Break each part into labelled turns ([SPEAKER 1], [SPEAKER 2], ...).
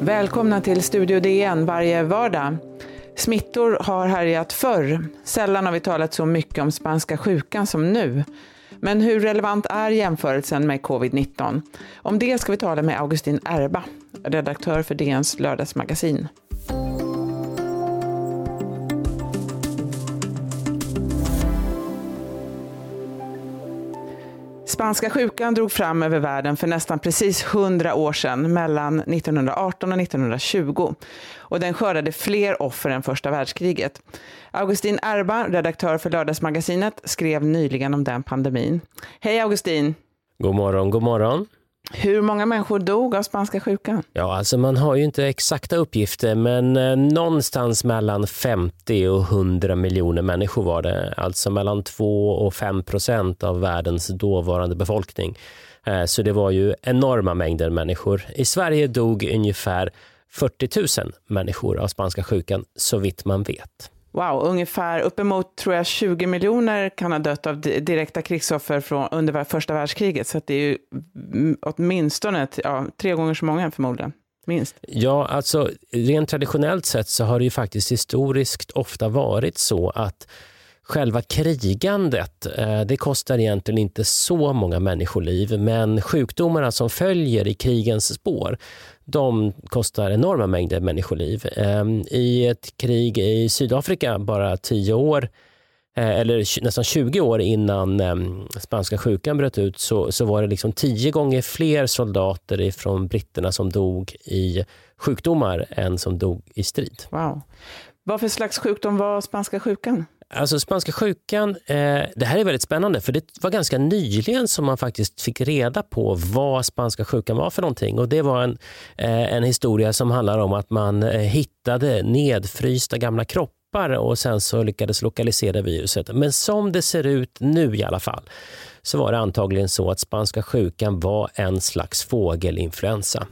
[SPEAKER 1] Välkomna till Studio DN varje vardag. Smittor har härjat förr. Sällan har vi talat så mycket om spanska sjukan som nu. Men hur relevant är jämförelsen med covid-19? Om det ska vi tala med Augustin Erba, redaktör för DNs lördagsmagasin. Spanska sjukan drog fram över världen för nästan precis 100 år sedan, mellan 1918 och 1920. Och den skördade fler offer än första världskriget. Augustin Erba, redaktör för lördagsmagasinet, skrev nyligen om den pandemin. Hej Augustin!
[SPEAKER 2] God morgon, god morgon.
[SPEAKER 1] Hur många människor dog av spanska sjukan?
[SPEAKER 2] Ja, alltså man har ju inte exakta uppgifter, men någonstans mellan 50 och 100 miljoner människor var det. Alltså mellan 2 och 5% av världens dåvarande befolkning. Så det var ju enorma mängder människor. I Sverige dog ungefär 40 000 människor av spanska sjukan, så vitt man vet.
[SPEAKER 1] Wow, ungefär uppemot tror jag 20 miljoner kan ha dött av direkta krigsoffer under första världskriget. Så att det är ju åtminstone 3 gånger så många förmodligen. Minst.
[SPEAKER 2] Ja, alltså rent traditionellt sett så har det ju faktiskt historiskt ofta varit så att själva krigandet, det kostar egentligen inte så många människoliv, men sjukdomarna som följer i krigens spår, de kostar enorma mängder människoliv. I ett krig i Sydafrika bara 10 år, eller nästan 20 år innan spanska sjukan bröt ut, så var det liksom 10 gånger fler soldater från britterna som dog i sjukdomar än som dog i strid.
[SPEAKER 1] Wow. Vad för slags sjukdom var spanska sjukan?
[SPEAKER 2] Alltså spanska sjukan, det här är väldigt spännande för det var ganska nyligen som man faktiskt fick reda på vad spanska sjukan var för någonting. Och det var en historia som handlar om att man hittade nedfrysta gamla kroppar och sen så lyckades lokalisera viruset. Men som det ser ut nu i alla fall så var det antagligen så att spanska sjukan var en slags fågelinfluensa.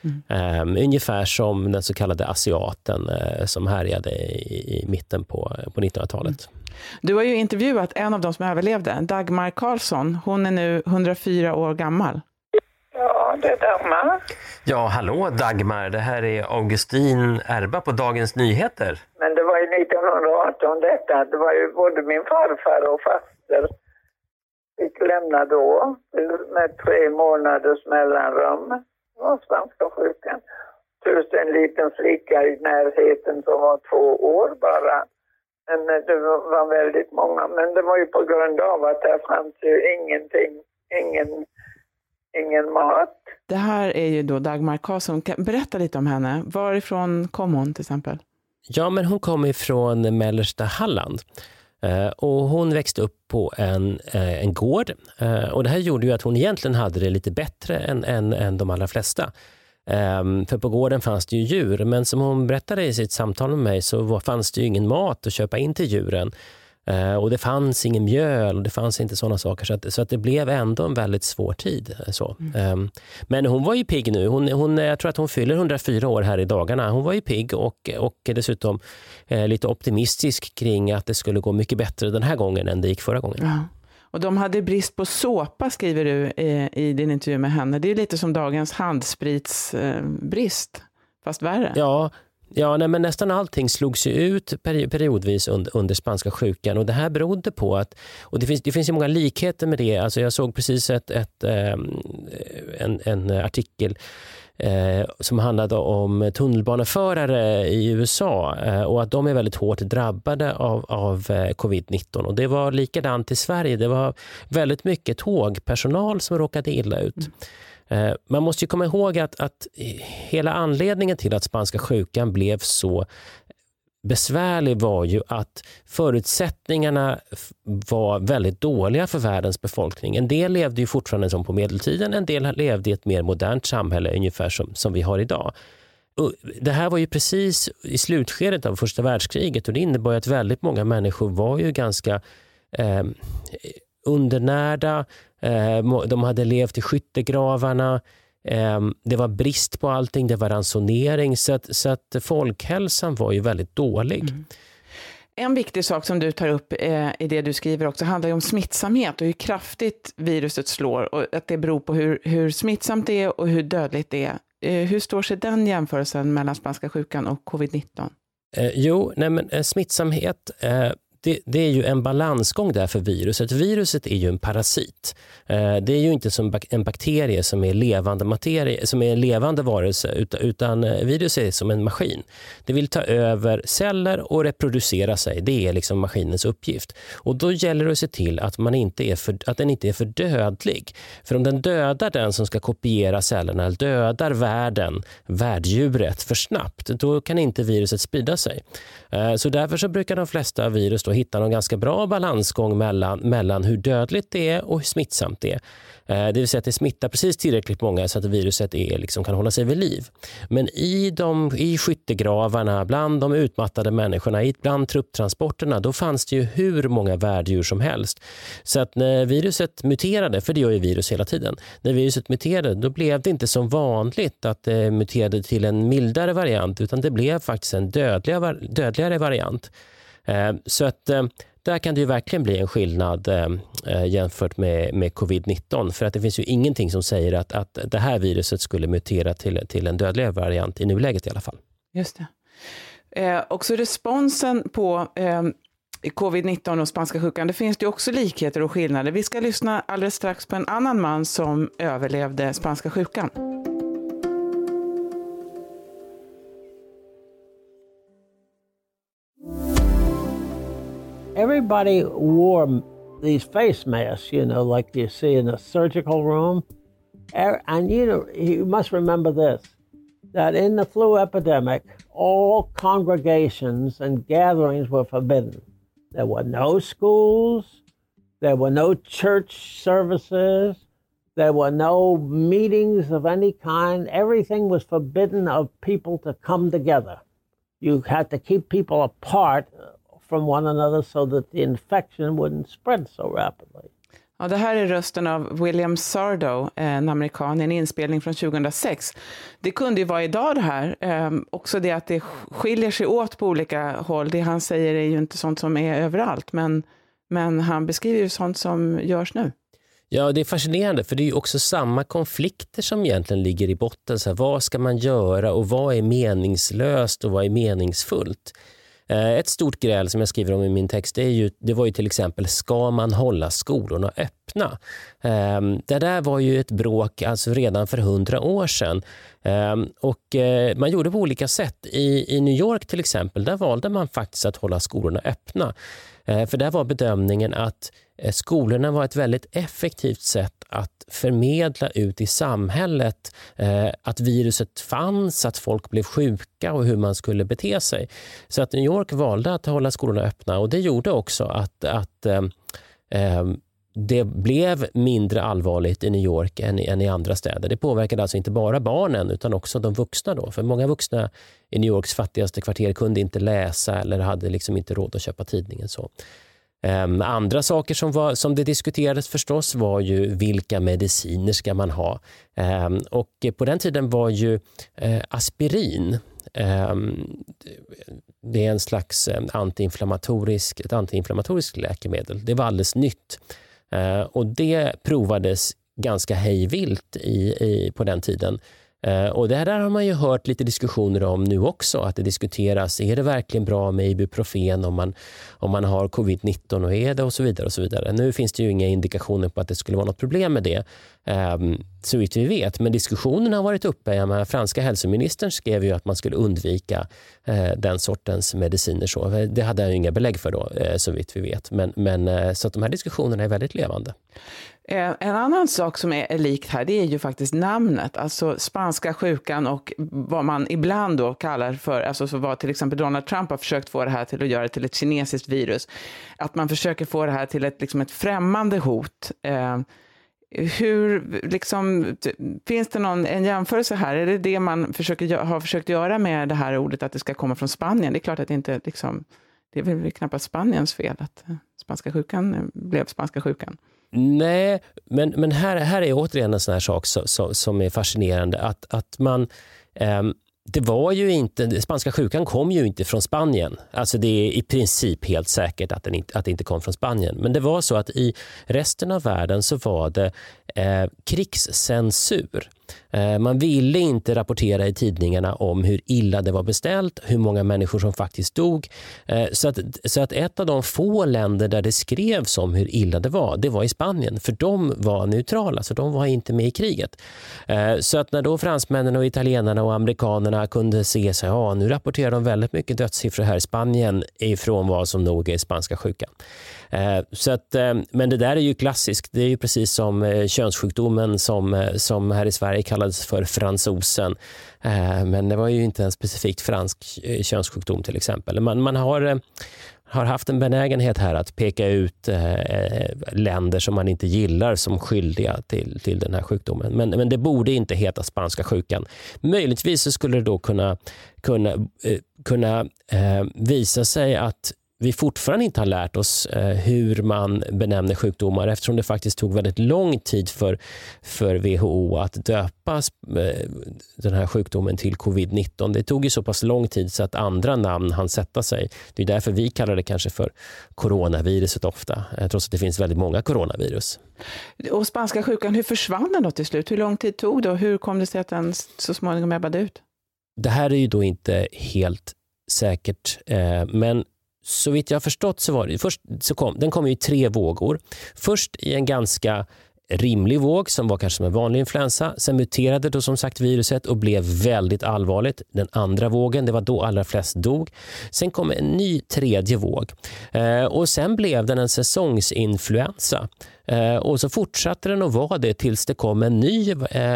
[SPEAKER 2] Ungefär som den så kallade asiaten som härjade i mitten på 1900-talet.
[SPEAKER 1] Du har ju intervjuat en av de som överlevde, Dagmar Karlsson. Hon är nu 104 år gammal.
[SPEAKER 3] Ja, det är Dagmar.
[SPEAKER 2] Ja, hallå Dagmar. Det här är Augustin Erba på Dagens Nyheter.
[SPEAKER 3] Men det var ju 1918 detta. Det var ju både min farfar och faster fick lämna då med 3 månaders mellanrum. Det var spanska sjukan. Plus en liten flicka i närheten som var 2 år bara. Men det var väldigt många. Men det var ju på grund av att det fanns ju ingen mat.
[SPEAKER 1] Det här är ju då Dagmar Karlsson. Berätta lite om henne. Varifrån kom hon till exempel?
[SPEAKER 2] Ja, men hon kom ifrån mellersta Halland. Och hon växte upp på en gård. Och det här gjorde ju att hon egentligen hade det lite bättre än de allra flesta. För på gården fanns det ju djur. Men som hon berättade i sitt samtal med mig så fanns det ju ingen mat att köpa in till djuren. Och det fanns ingen mjöl och det fanns inte sådana saker. Så att det blev ändå en väldigt svår tid. Så. Men hon var ju pigg nu. Jag tror att hon fyller 104 år här i dagarna. Hon var ju pigg och dessutom lite optimistisk kring att det skulle gå mycket bättre den här gången än det gick förra gången.
[SPEAKER 1] Ja. Och de hade brist på såpa, skriver du i din intervju med henne. Det är lite som dagens handspritsbrist, fast värre.
[SPEAKER 2] Ja, men nästan allting slogs ju ut periodvis under spanska sjukan, och det här berodde på att, och det finns ju många likheter med det. Alltså jag såg precis en artikel som handlade om tunnelbaneförare i USA och att de är väldigt hårt drabbade av covid-19, och det var likadant i Sverige. Det var väldigt mycket tågpersonal som råkade illa ut. Man måste ju komma ihåg att hela anledningen till att spanska sjukan blev så besvärlig var ju att förutsättningarna var väldigt dåliga för världens befolkning. En del levde ju fortfarande som på medeltiden, en del levde i ett mer modernt samhälle ungefär som vi har idag. Och det här var ju precis i slutskedet av första världskriget, och det innebar att väldigt många människor var ju ganska undernärda. De hade levt i skyttegravarna. Det var brist på allting, det var ransonering, så att folkhälsan var ju väldigt dålig.
[SPEAKER 1] En viktig sak som du tar upp i det du skriver också handlar ju om smittsamhet och hur kraftigt viruset slår, och att det beror på hur smittsamt det är och hur dödligt det är. Hur står sig den jämförelsen mellan spanska sjukan och covid-19?
[SPEAKER 2] Smittsamhet, det är ju en balansgång där för viruset. Viruset är ju en parasit. Det är ju inte som en bakterie som är levande materie, som är en levande varelse, utan virus är som en maskin. Det vill ta över celler och reproducera sig. Det är liksom maskinens uppgift. Och då gäller det att se till att den inte är för dödlig. För om den dödar den som ska kopiera cellerna, eller dödar värddjuret för snabbt, då kan inte viruset sprida sig. Så därför så brukar de flesta virus då hitta en ganska bra balansgång mellan hur dödligt det är och hur smittsamt det är. Det vill säga att det smittar precis tillräckligt många så att viruset kan hålla sig vid liv. Men i skyttegravarna, bland de utmattade människorna, bland trupptransporterna, då fanns det ju hur många värddjur som helst. Så att när viruset muterade, för det gör ju virus hela tiden, när viruset muterade, då blev det inte som vanligt att det muterade till en mildare variant, utan det blev faktiskt en dödligare variant. Så att där kan det ju verkligen bli en skillnad jämfört med covid-19, för att det finns ju ingenting som säger att det här viruset skulle mutera till en dödligare variant i nuläget i alla fall.
[SPEAKER 1] Just det. Också responsen på covid-19 och spanska sjukan, det finns ju också likheter och skillnader. Vi ska lyssna alldeles strax på en annan man som överlevde spanska sjukan.
[SPEAKER 4] Everybody wore these face masks, like you see in a surgical room. And, you must remember this, that in the flu epidemic, all congregations and gatherings were forbidden. There were no schools, there were no church services, there were no meetings of any kind. Everything was forbidden of people to come together. You had to keep people apart from one another so that the infection wouldn't spread so rapidly.
[SPEAKER 1] Ja, det här är rösten av William Sardo, en amerikan, en inspelning från 2006. Det kunde ju vara idag det här. Också det att det skiljer sig åt på olika håll. Det han säger är ju inte sånt som är överallt, men han beskriver ju sånt som görs nu.
[SPEAKER 2] Ja, det är fascinerande, för det är ju också samma konflikter som egentligen ligger i botten. Så här, vad ska man göra och vad är meningslöst och vad är meningsfullt? Ett stort gräl som jag skriver om i min text, det var ju till exempel, ska man hålla skolorna öppna? Det där var ju ett bråk alltså redan för 100 år sedan. Och man gjorde på olika sätt. I New York till exempel, där valde man faktiskt att hålla skolorna öppna. För där var bedömningen att skolorna var ett väldigt effektivt sätt att förmedla ut i samhället att viruset fanns, att folk blev sjuka och hur man skulle bete sig. Så att New York valde att hålla skolorna öppna, och det gjorde också att det blev mindre allvarligt i New York än i andra städer. Det påverkade alltså inte bara barnen utan också de vuxna då. För många vuxna i New Yorks fattigaste kvarter kunde inte läsa eller hade liksom inte råd att köpa tidningen så. Andra saker som det diskuterades förstås var ju vilka mediciner ska man ha. Och på den tiden var ju aspirin, det är en slags ett antiinflammatoriskt läkemedel. Det var alldeles nytt. Och det provades ganska hejvilt på den tiden. Och det här där har man ju hört lite diskussioner om nu också, att det diskuteras, är det verkligen bra med ibuprofen om man har covid-19 och är det och så vidare och så vidare. Nu finns det ju inga indikationer på att det skulle vara något problem med det, så vitt vi vet, men diskussionen har varit uppe. Franska hälsoministern skrev ju att man skulle undvika den sortens mediciner så. Det hade jag ju inga belägg för då, så vitt vi vet, men så att de här diskussionerna är väldigt levande.
[SPEAKER 1] En annan sak som är likt här, det är ju faktiskt namnet, alltså spanska sjukan och vad man ibland då kallar för, alltså så vad till exempel Donald Trump har försökt få det här till att göra till ett kinesiskt virus, att man försöker få det här till ett främmande hot. Hur finns det en jämförelse här? Är det man har försökt göra med det här ordet, att det ska komma från Spanien? Det är klart att det inte det är väl knappast Spaniens fel att spanska sjukan blev spanska sjukan.
[SPEAKER 2] Nej, men här är återigen en sån här sak som är fascinerande, att man det var ju inte, spanska sjukan kom ju inte från Spanien. Alltså det är i princip helt säkert att det inte kom från Spanien. Men det var så att i resten av världen så var det krigscensur. Man ville inte rapportera i tidningarna om hur illa det var beställt, hur många människor som faktiskt dog. Så att ett av de få länder där det skrevs om hur illa det var i Spanien, för de var neutrala, så de var inte med i kriget. Så att när då fransmännen och italienarna och amerikanerna kunde se sig, nu rapporterar de väldigt mycket dödssiffror här i Spanien ifrån vad som nog är spanska sjukan. Men det där är ju klassiskt. Det är ju precis som könssjukdomen som här i Sverige kallades för fransosen. Men det var ju inte en specifikt fransk könssjukdom till exempel. Man har haft en benägenhet här att peka ut länder som man inte gillar som skyldiga till den här sjukdomen. Men det borde inte heta spanska sjukan. Möjligtvis så skulle det då kunna visa sig att vi fortfarande inte har lärt oss hur man benämner sjukdomar, eftersom det faktiskt tog väldigt lång tid för WHO att döpa den här sjukdomen till covid-19. Det tog ju så pass lång tid så att andra namn hann sätta sig. Det är därför vi kallar det kanske för coronaviruset ofta, trots att det finns väldigt många coronavirus.
[SPEAKER 1] Och spanska sjukan, hur försvann den då till slut? Hur lång tid tog det och hur kom det sig att den så småningom ebbade ut?
[SPEAKER 2] Det här är ju då inte helt säkert, men så vitt jag har förstått så var det först den kom ju i 3 vågor. Först i en ganska rimlig våg som var kanske som en vanlig influensa. Sen muterade då som sagt viruset och blev väldigt allvarligt. Den andra vågen, det var då allra flest dog. Sen kom en ny 3:e våg. Och sen blev den en säsongsinfluensa. Och så fortsatte den att vara det tills det kom en ny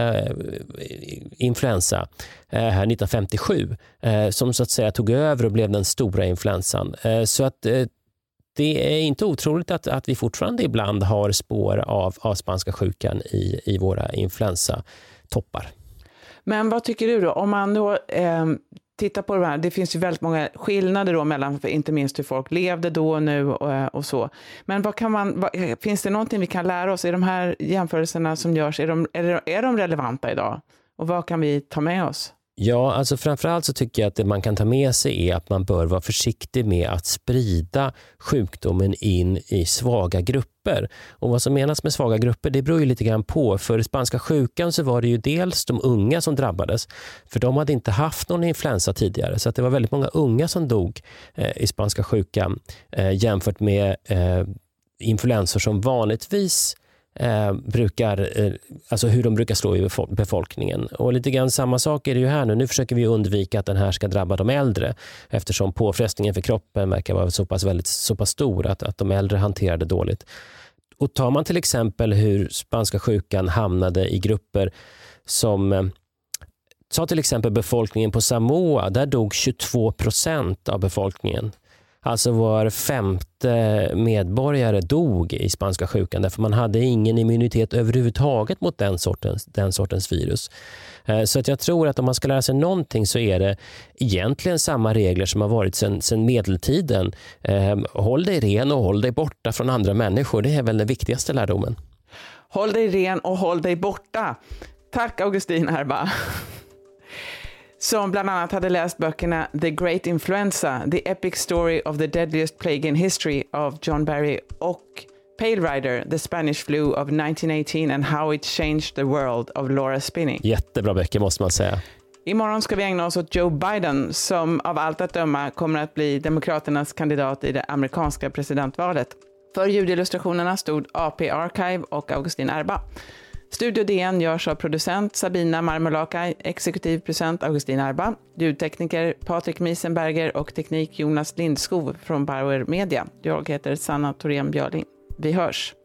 [SPEAKER 2] influensa här 1957 som så att säga tog över och blev den stora influensan. Så att det är inte otroligt att vi fortfarande ibland har spår av spanska sjukan i våra influensatoppar.
[SPEAKER 1] Men vad tycker du då? Om man då tittar på det här, det finns ju väldigt många skillnader då mellan inte minst hur folk levde då och nu och så. Men finns det någonting vi kan lära oss? Är de här jämförelserna som görs, är de relevanta idag? Och vad kan vi ta med oss?
[SPEAKER 2] Ja, alltså framförallt så tycker jag att det man kan ta med sig är att man bör vara försiktig med att sprida sjukdomen in i svaga grupper. Och vad som menas med svaga grupper, det beror ju lite grann på. För spanska sjukan så var det ju dels de unga som drabbades, för de hade inte haft någon influensa tidigare. Så att det var väldigt många unga som dog i spanska sjukan jämfört med influensor som vanligtvis alltså hur de brukar slå i befolkningen. Och lite grann samma sak är det ju här nu. Nu försöker vi undvika att den här ska drabba de äldre, eftersom påfrestningen för kroppen verkar vara så pass stor att de äldre hanterar det dåligt. Och tar man till exempel hur spanska sjukan hamnade i grupper som ta till exempel befolkningen på Samoa, där dog 22% av befolkningen. Alltså var 5:e medborgare dog i spanska sjukan därför man hade ingen immunitet överhuvudtaget mot den sortens virus. Så att jag tror att om man ska lära sig någonting så är det egentligen samma regler som har varit sedan medeltiden. Håll dig ren och håll dig borta från andra människor. Det är väl den viktigaste lärdomen.
[SPEAKER 1] Håll dig ren och håll dig borta. Tack Augustin Erba. Som bland annat hade läst böckerna The Great Influenza, The Epic Story of the Deadliest Plague in History av John Barry och Pale Rider, The Spanish Flu of 1918 and How It Changed the World av Laura Spinney.
[SPEAKER 2] Jättebra böcker måste man säga.
[SPEAKER 1] Imorgon ska vi ägna oss åt Joe Biden som av allt att döma kommer att bli demokraternas kandidat i det amerikanska presidentvalet. För ljudillustrationerna stod AP Archive och Augustin Erba. Studio DN görs av producent Sabina Marmolakai, exekutiv producent Augustin Erba, ljudtekniker Patrik Miesenberger och teknik Jonas Lindskov från Bauer Media. Jag heter Sanna Thorén Björling. Vi hörs!